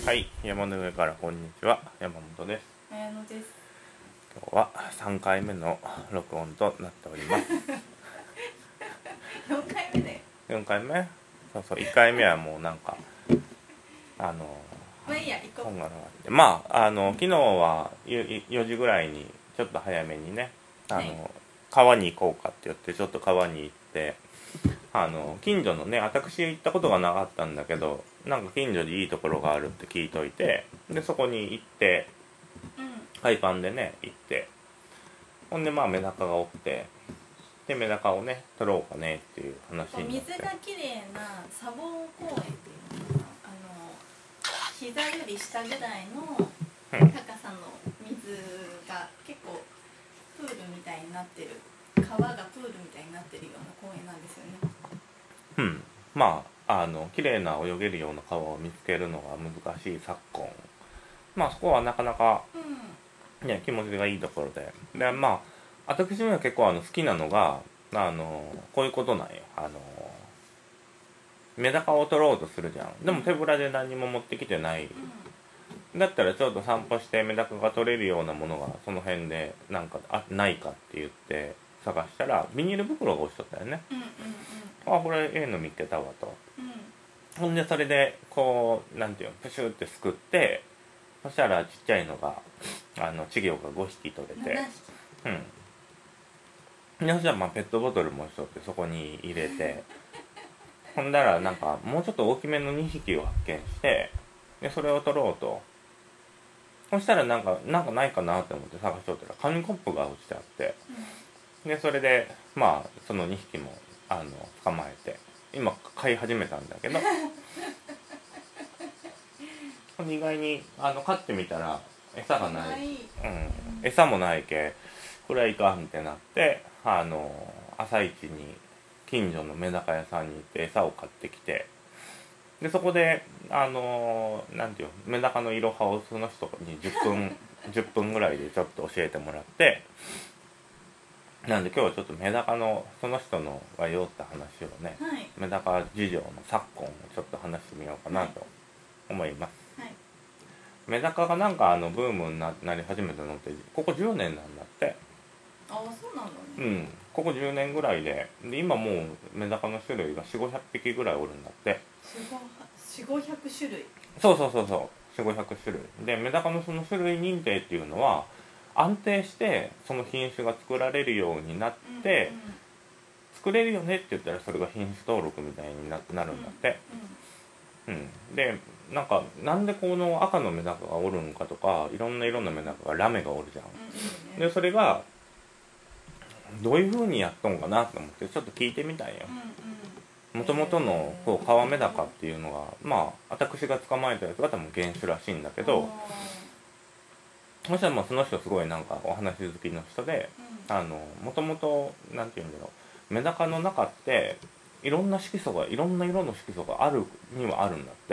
はい、山の上からこんにちは、山本です。 綾乃です。 今日は3回目の録音となっております。 4回目だよ。 4回目？そうそう、1回目はもうなんかまあいいや、行こ本がなかった。まあ昨日は4時ぐらいにちょっと早めにね、 はい、 川に行こうかって言ってちょっと川に行って、近所のね、私行ったことがなかったんだけど、なんか近所でいいところがあるって聞いといて、でそこに行って、 う。 海パンでね行って、ほんでまあメダカがおって、でメダカをね取ろうかねっていう話になって、 水がきれいな砂防公園っていうのかな、膝より下ぐらいの高さの水が結構プールみたいになってる、川がプールみたいになってるような公園なんですよね。 うん、まあ綺麗な泳げるような川を見つけるのが難しい昨今、まあそこはなかなかうね気持ちがいいところで、でまあ私は結構好きなのがこういうことなんよ。メダカを取ろうとするじゃん。でも手ぶらで何も持ってきてない。だったらちょっと散歩してメダカが取れるようなものがその辺でなんかないかって言って探したらビニール袋が落ちとったよね。 んうんあ、これええの見っけたわと。 うんうんうん。 ほんでそれでこうなんていうのプシュってすくって、そしたらちっちゃいのが稚魚が5匹取れて、でそしたらまあペットボトルもしとってそこに入れて、ほんだらなんかもうちょっと大きめの2匹を発見して、でそれを取ろうと、そしたらなんかないかなって思って探しとったら紙コップが落ちてあって、でそれでまあその2匹も捕まえて今飼い始めたんだけど意外に飼ってみたら餌がない、餌もないけこれはいかんってなって、朝一に近所のメダカ屋さんに行って餌を買ってきて、でそこでなんていうメダカのイロハをその人に10分ぐらいでちょっと教えてもらって、なんで今日はちょっとメダカのその人のが酔った話をね、 はい、 メダカ事情の昨今をちょっと話してみようかなと思います。 はい。 メダカがなんかブームになり始めたのってここ10年なんだって。 ああ、そうなんだね。 ここ10年ぐらいで今もうメダカの種類が4、500匹ぐらいおるんだって。 4、500種類。 そう4、500種類で、メダカのその種類認定っていうのは安定してその品種が作られるようになって、作れるよねって言ったらそれが品種登録みたいになるんだって。でなんでこの赤のメダカがおるんかとか、いろんな色のメダカがラメがおるじゃん。でそれがどういう風にやっとんかなと思ってちょっと聞いてみたんよ。もともとの川メダカっていうのがまあ私が捕まえたやつが多分原種らしいんだけど、そしたらまあその人すごいなんかお話好きの人で、もともとなんていうんだろう、メダカの中っていろんな色素が、いろんな色の色素があるにはあるんだって。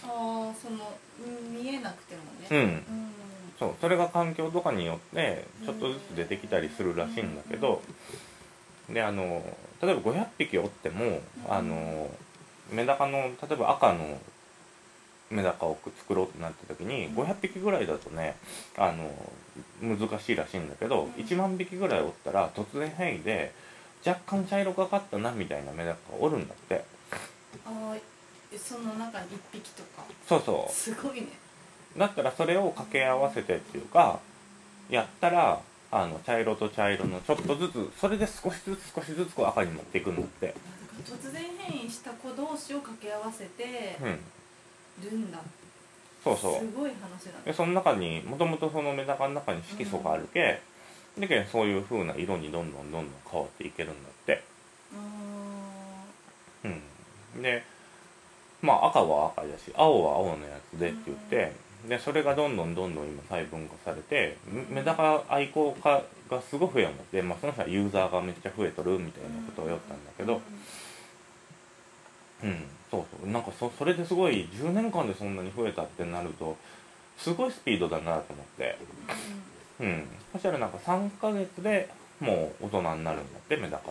見えなくてもね。 そう、それが環境とかによってちょっとずつ出てきたりするらしいんだけど、で例えば500匹おってもメダカの例えば赤のメダカを作ろうってなった時に500匹ぐらいだとね難しいらしいんだけど、1万匹ぐらいおったら突然変異で若干茶色がかったなみたいなメダカがおるんだって。 その中に1匹とか。 そうすごいね。 だったらそれを掛け合わせてっていうかやったら茶色と茶色のちょっとずつ、それで少しずつこう赤に持っていくんだって。 突然変異した子同士を掛け合わせてるんだ。 そうすごい話だね。 でその中にもともとそのメダカの中に色素があるけ、でそういう風な色にどんどん変わっていけるんだって。でまあ赤は赤だし青は青のやつでって言って、でそれがどんどん今細分化されてメダカ愛好家がすごい増えようになって、まあ、その人はユーザーがめっちゃ増えとるみたいなことを言ったんだけど、そうなんかそれですごい10年間でそんなに増えたってなるとすごいスピードだなと思って、そしたらなんか3ヶ月でもう大人になるんだってメダカって。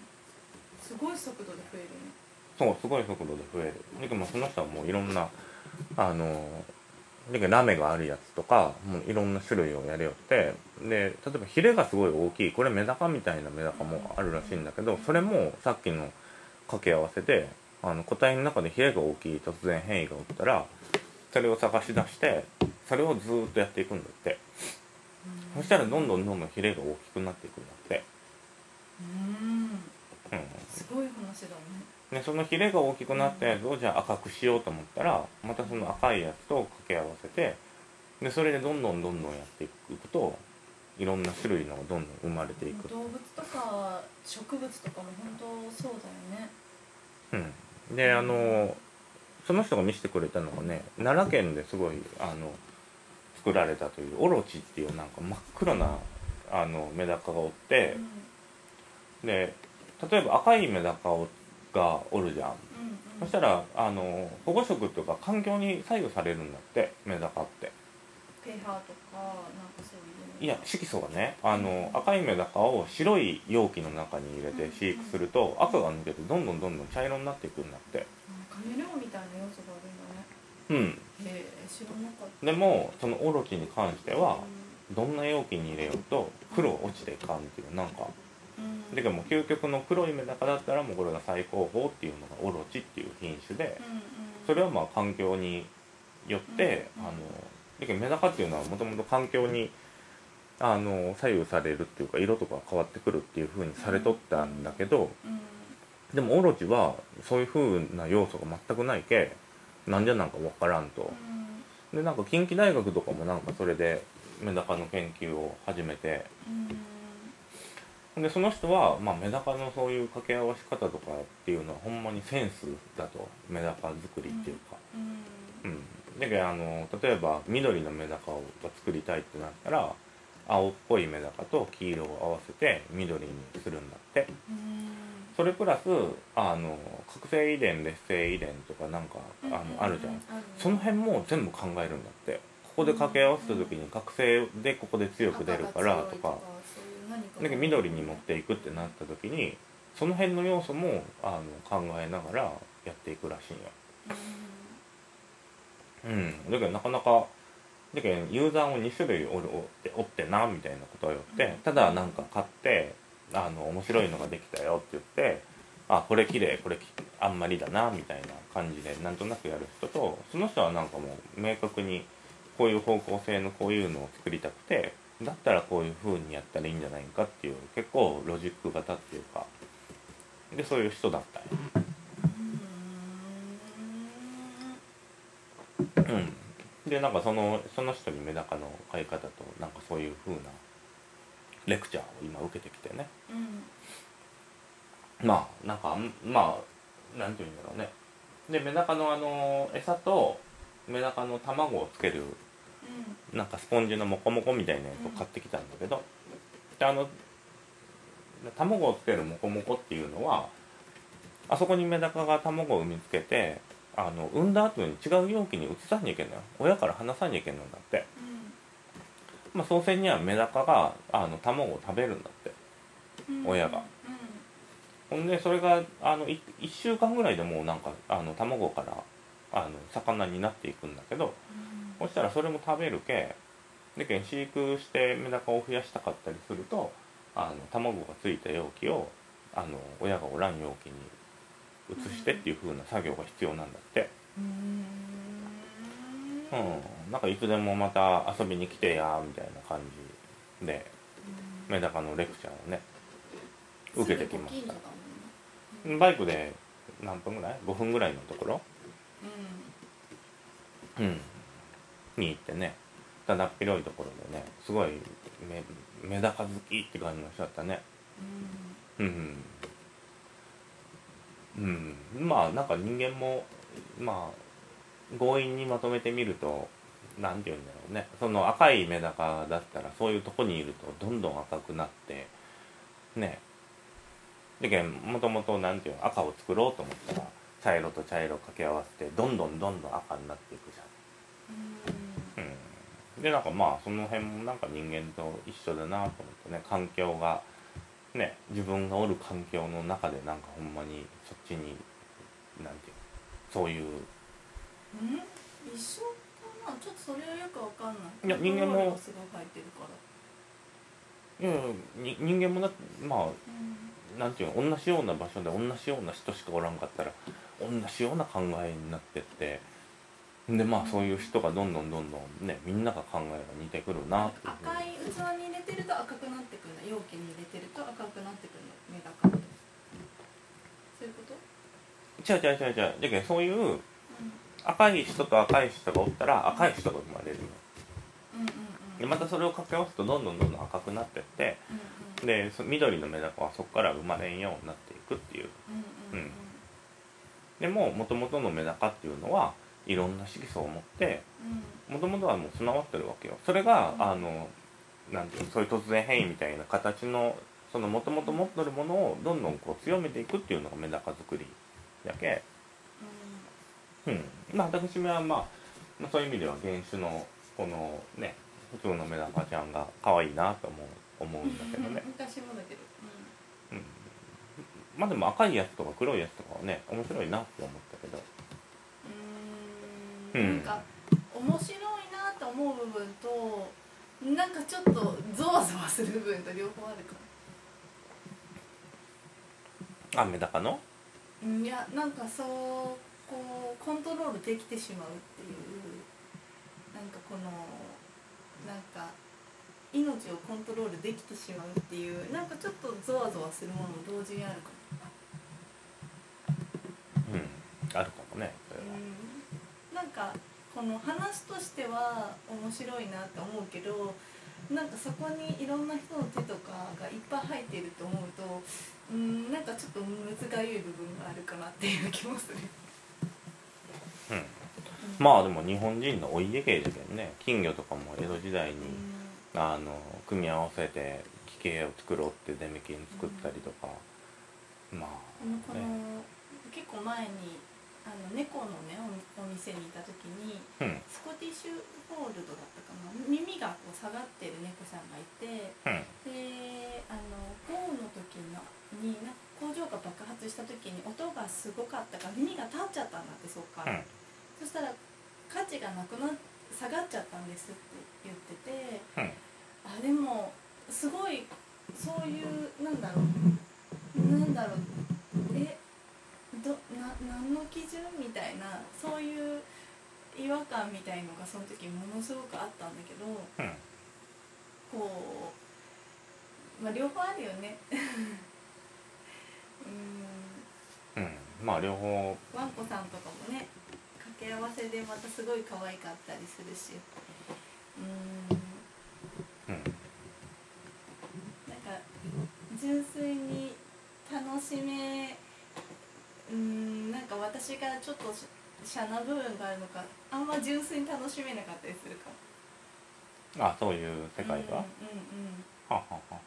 すごい速度で増えるね。 そう、すごい速度で増える。でもその人はもういろんなラメがあるやつとかもういろんな種類をやりよって、で例えばヒレがすごい大きいこれメダカみたいなメダカもあるらしいんだけど、それもさっきの掛け合わせで個体の中でヒレが大きい突然変異が起きたらそれを探し出してそれをずーっとやっていくんだって。そしたらどんどんヒレが大きくなっていくんだって。 すごい話だね。 でそのヒレが大きくなったやつをじゃあ赤くしようと思ったらまたその赤いやつと掛け合わせて、でそれでどんどんやっていくといろんな種類のがどんどん生まれていく。 動物とか植物とかも本当そうだよね。 でその人が見せてくれたのがね、奈良県ですごい作られたというオロチっていうなんか真っ黒なメダカがおって、で例えば赤いメダカがおるじゃん、そしたら保護色というか環境に左右されるんだってメダカって。 ペーハーとかなんかそういういや色素がね赤いメダカを白い容器の中に入れて飼育すると赤が抜けてどんどん茶色になっていくんだって。 カメレオンみたいな要素があるんだね。知らなかった。 でもそのオロチに関してはどんな容器に入れようと黒落ちていかんっていうなんか、でも究極の黒いメダカだったらもうこれが最高峰っていうのがオロチっていう品種で、それはまあ環境によってメダカっていうのはもともと環境に左右されるっていうか色とか変わってくるっていう風にされとったんだけど、でもオロチはそういう風な要素が全くないけなんじゃなんか分からんと。でなんか近畿大学とかもなんかそれでメダカの研究を始めて、でその人は、まあ、メダカのそういう掛け合わせ方とかっていうのはほんまにセンスだと。メダカ作りっていうか、だけど例えば緑のメダカを作りたいってなったら青っぽいメダカと黄色を合わせて緑にするんだって。それプラス覚醒遺伝劣性遺伝とかなんかあるじゃん、その辺も全部考えるんだって。ここで掛け合わせた時に覚醒でここで強く出るからとか、だけど緑に持っていくってなった時にその辺の要素も考えながらやっていくらしいんよ。だけどなかなかだけどユーザーを2種類おってなみたいなことを言って、ただなんか買って面白いのができたよって言ってこれ綺麗これあんまりだなみたいな感じでなんとなくやる人と、その人はなんかもう明確にこういう方向性のこういうのを作りたくてだったらこういう風にやったらいいんじゃないかっていう結構ロジック型っていうかでそういう人だったよ。でなんかその人にメダカの飼い方となんかそういう風なレクチャーを今受けてきてね、まあなんかまあなんていうんだろうね。でメダカの餌とメダカの卵をつけるなんかスポンジのモコモコみたいなやつを買ってきたんだけど、で卵をつけるモコモコっていうのはあそこにメダカが卵を産みつけて産んだ後に違う容器に移さにゃいけんのよ。親から離さにゃいけんのだって、まあ、そうせんにはメダカが卵を食べるんだって、親が。ほんでそれが1週間ぐらいでもうなんか卵から魚になっていくんだけど、そしたらそれも食べるけでけん飼育してメダカを増やしたかったりすると卵がついた容器を親がおらん容器に移してっていう風な作業が必要なんだって。なんかいつでもまた遊びに来てやみたいな感じでメダカのレクチャーをね受けてきました。バイクで何分ぐらい5分ぐらいのところに行ってね、ただっ広いところでねすごいメダカ好きって感じの人だったね。まあなんか人間もまあ強引にまとめてみるとなんて言うんだろうね、その赤いメダカだったらそういうとこにいるとどんどん赤くなってね、でけんもともとなんていうの赤を作ろうと思ったら茶色と茶色掛け合わせてどんどん赤になっていくじゃん。でなんかまあその辺もなんか人間と一緒だなと思ってね、環境がね自分がおる環境の中でなんかほんまにそっちになんていうそういう一緒かな、ちょっとそれはよくわかんない。 いや人間もすごい入ってるから。 人間もまあ、なんていうの、同じような場所で同じような人しかおらんかったら同じような考えになってって、でまあそういう人がどんどんね、みんなが考えが似てくるなっていう。 赤い器に入れてると赤くなってくるんだ、容器に入れてると赤くなってくるの、メダカって。そういうこと？ 違うだけどそういう赤い人と赤い人がおったら赤い人が生まれるの。でまたそれを掛け合わすとどんどん赤くなってって、で緑のメダカはそこから生まれんようになっていくっていう。でも元々のメダカっていうのはいろんな色素を持って元々はもう備わってるわけよ。それがなんていうの、そういう突然変異みたいな形のその元々持ってるものをどんどんこう強めていくっていうのがメダカ作りだけ。まあ私はまあそういう意味では原種のこのね普通のメダカちゃんが可愛いなと思うんだけどね。 私もだけど。 まあでも赤いやつとか黒いやつとかはね面白いなって思ったけど、 なんか面白いなと思う部分となんかちょっとゾワゾワする部分と両方あるから。メダカの？ いや、なんかそうこうコントロールできてしまうっていう、なんかこのなんか命をコントロールできてしまうっていう、なんかちょっとゾワゾワするものも同時にあるかも。 あるかもねそれは。 なんかこの話としては面白いなって思うけど、なんかそこにいろんな人の手とかがいっぱい入っていると思うと、なんかちょっとむずがゆい部分があるかなっていう気もする。 まあでも日本人のお家芸だけどね、金魚とかも江戸時代に組み合わせて奇形を作ろうってデメキン作ったりとか、まあ、ね、 この結構前に猫のねお店にいた時に、スコティッシュフォールドだったかな、耳がこう下がってる猫さんがいて、で豪雨の時に工場が爆発した時に音がすごかったから耳が立っちゃったんだって、そっから、そしたら価値がなくな下がっちゃったんですって言ってて、でもすごいそういうなんだろう何の基準みたいな、そういう違和感みたいのがその時ものすごくあったんだけど、こうまあ両方あるよね。 まあ両方。 ワンコさんとかもね掛け合わせでまたすごい可愛かったりするし、なんか純粋に楽しめ、なんか私がちょっとシャな部分があるのか、あんま純粋に楽しめなかったりするかも。 そういう世界が、あんま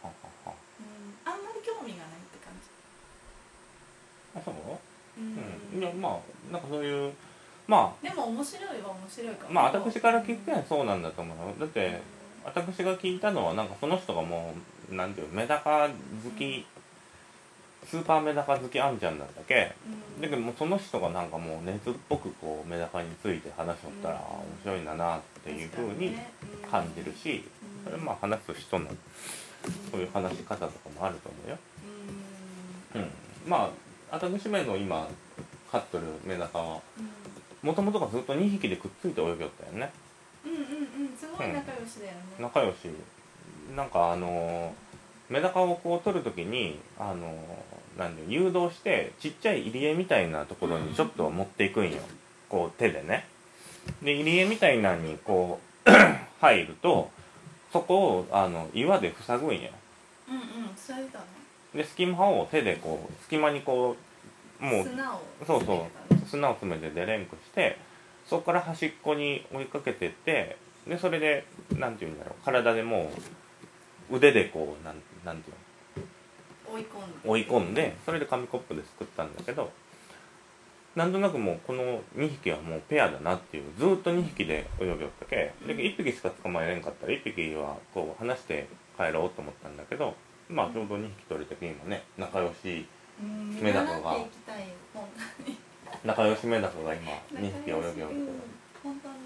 り興味がないって感じ。 そう？いやまあなんかそういうまあでも面白いは面白いかも。 まあ私から聞くにはそうなんだと思うよ。だって私が聞いたのはなんかその人がもうなんていうメダカ好き、スーパーメダカ好きあんちゃんなんだけ、だけどもうその人がなんかもう熱っぽくこうメダカについて話しとったら面白いんだなっていうふうに感じるし、それまあ話す人のそういう話し方とかもあると思うよ。まあ私めの今飼ってるメダカはもともとがずっと2匹でくっついて泳ぎよったよね。 すごい仲良しだよね。 仲良し。なんかメダカをこう取るときになんで誘導してちっちゃい入り江みたいなところにちょっと持っていくんよ、こう手でね。で入り江みたいなのにこう入るとそこを岩で塞ぐんよ。 塞いだね。 で隙間を手でこう隙間にこうもう砂を詰めてデレンクして、そこから端っこに追いかけてって、でそれでなんていうんだろう、体でもう腕でこうなんていうの追い込んで、それで紙コップですくったんだけど、なんとなくもうこの2匹はもうペアだなっていう、ずっと2匹で泳ぎよったけ、で1匹しか捕まえれんかったら1匹はこう離して帰ろうと思ったんだけど、まあちょうど2匹取れて今ね仲良しメダカが仲良しメダカが今2匹泳ぎよるけど、 本当に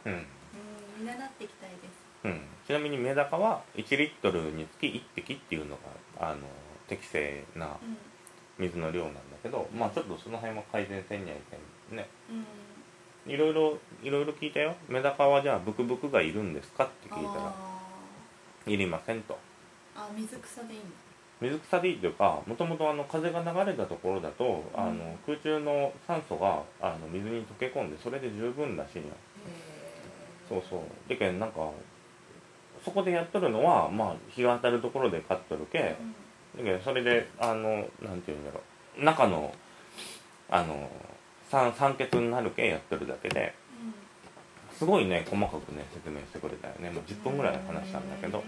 見習っていきたいです。 ちなみにメダカは1リットルにつき1匹っていうのが適正な水の量なんだけど、まあちょっとその辺は改善せんにはいけんね。いろいろ聞いたよ。メダカはじゃあブクブクがいるんですかって聞いたらいりませんと。 水草でいいんだ。 水草でいいというか、もともと風が流れたところだと空中の酸素が水に溶け込んでそれで十分らしいんよ。そうそう。でけんなんかそこでやっとるのはまあ日が当たるところで飼っとるけ、だけどそれでなんていうんだろう、中の酸欠になるけやってるだけで、すごいね細かくね説明してくれたよね。もう10分ぐらい話したんだけど、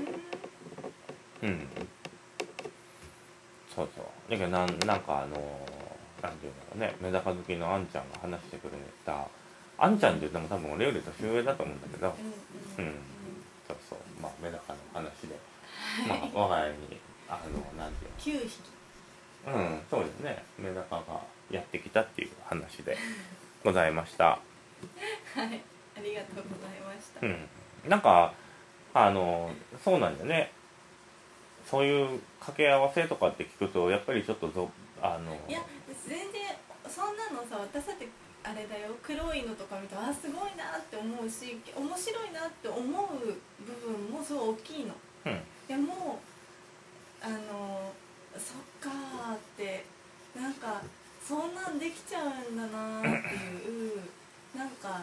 そうそう。だけどなんかなんていうんだろうね、メダカ好きのあんちゃんが話してくれた、あんちゃんって言っても多分俺より年上だと思うんだけど、そうそう、まあメダカの話で、まあ我が家になんていうの、 9匹。 そうですね、メダカがやってきたっていう話でございました。 はい、ありがとうございました。 なんかそうなんだよね。そういう掛け合わせとかって聞くとやっぱりちょっといや全然そんなのさ、私だってあれだよ、黒いのとか見てすごいなって思うし、面白いなって思う部分もすごい大きいの。いやもうそっかーって、なんかそんなんできちゃうんだなーっていうなんか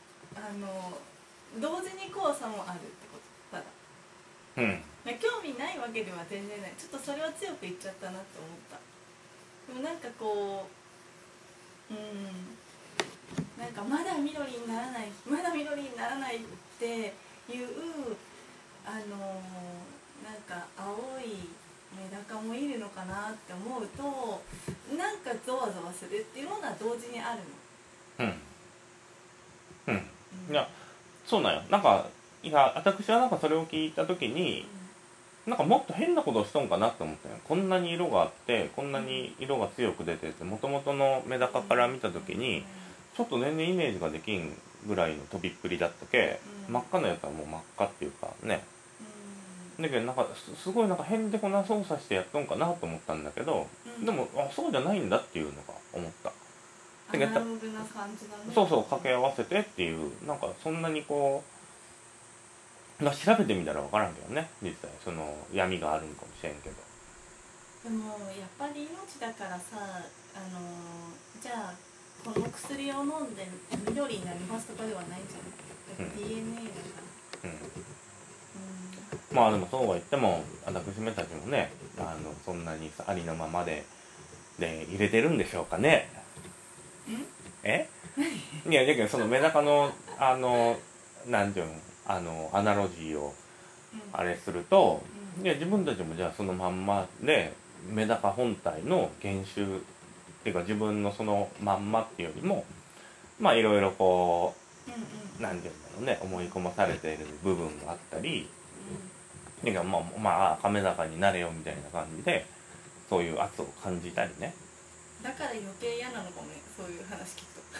同時に怖さもあるってこと。ただ興味ないわけでは全然ない。ちょっとそれは強く言っちゃったなって思った。でもなんかこうなんかまだ緑にならないまだ緑にならないっていうなんか青いメダカもいるのかなって思うと、なんかゾワゾワするっていうものは同時にあるの。 いやそうなんよ。なんか私はなんかそれを聞いた時に、なんかもっと変なことをしとんかなって思ったよ。こんなに色があってこんなに色が強く出てて、もともとのメダカから見た時にちょっと全然イメージができんぐらいの飛びっぷりだったけ、真っ赤なやつはもう真っ赤っていうかね。だけどなんかすごいなんか変でこな操作してやっとんかなと思ったんだけど、でもそうじゃないんだっていうのが思った。 アナログな感じだね。 そうそう、掛け合わせてっていう、なんかそんなにこう調べてみたら分からんけどね、実際その闇があるんかもしれんけど。 でもやっぱり命だからさ、じゃあこの薬を飲んで緑になりますとかではないんじゃない？ DNA だから。 まあでもそうは言っても私めたちもね、そんなにありのままで入れてるんでしょうかね。いやだけどそのメダカのなんていうの、アナロジーをあれすると、いや自分たちもじゃあそのまんまでメダカ本体の原種っていうか自分のそのまんまっていうよりも、まあいろいろこう、なんていうんだろうね、思い込まされている部分があったり、まあ赤メダカになれよみたいな感じでそういう圧を感じたりね。 だから余計嫌なのかもね、そういう話聞くと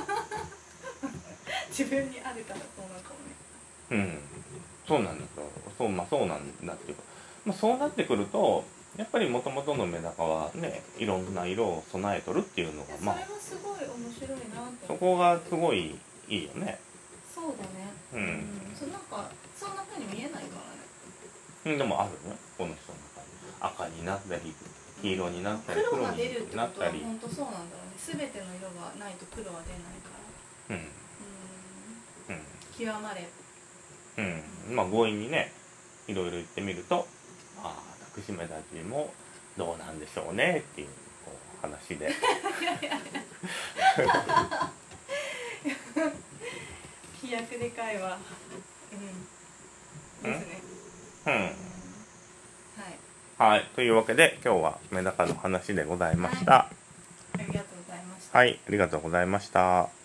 自分にあるからそうなのかもね。 そうなんだけど、そうなんだっていうか、そうなってくるとやっぱりもともとのメダカはね、いろんな色を備えとるっていうのが、 それはすごい面白いなって。 そこがすごいいいよね。 そうだね。なんかそんな風に見えないからね。 でもあるね、この人の中に赤になったり黄色になったり黒が出るってことは本当そうなんだろうね。全ての色がないと黒は出ないから。極まれ。 まあ強引にねいろいろ言ってみると、私めたちもどうなんでしょうねっていう話で飛躍でかいわ。ですね。 はい、というわけで今日はメダカの話でございました。 ありがとうございました。 はい、ありがとうございました。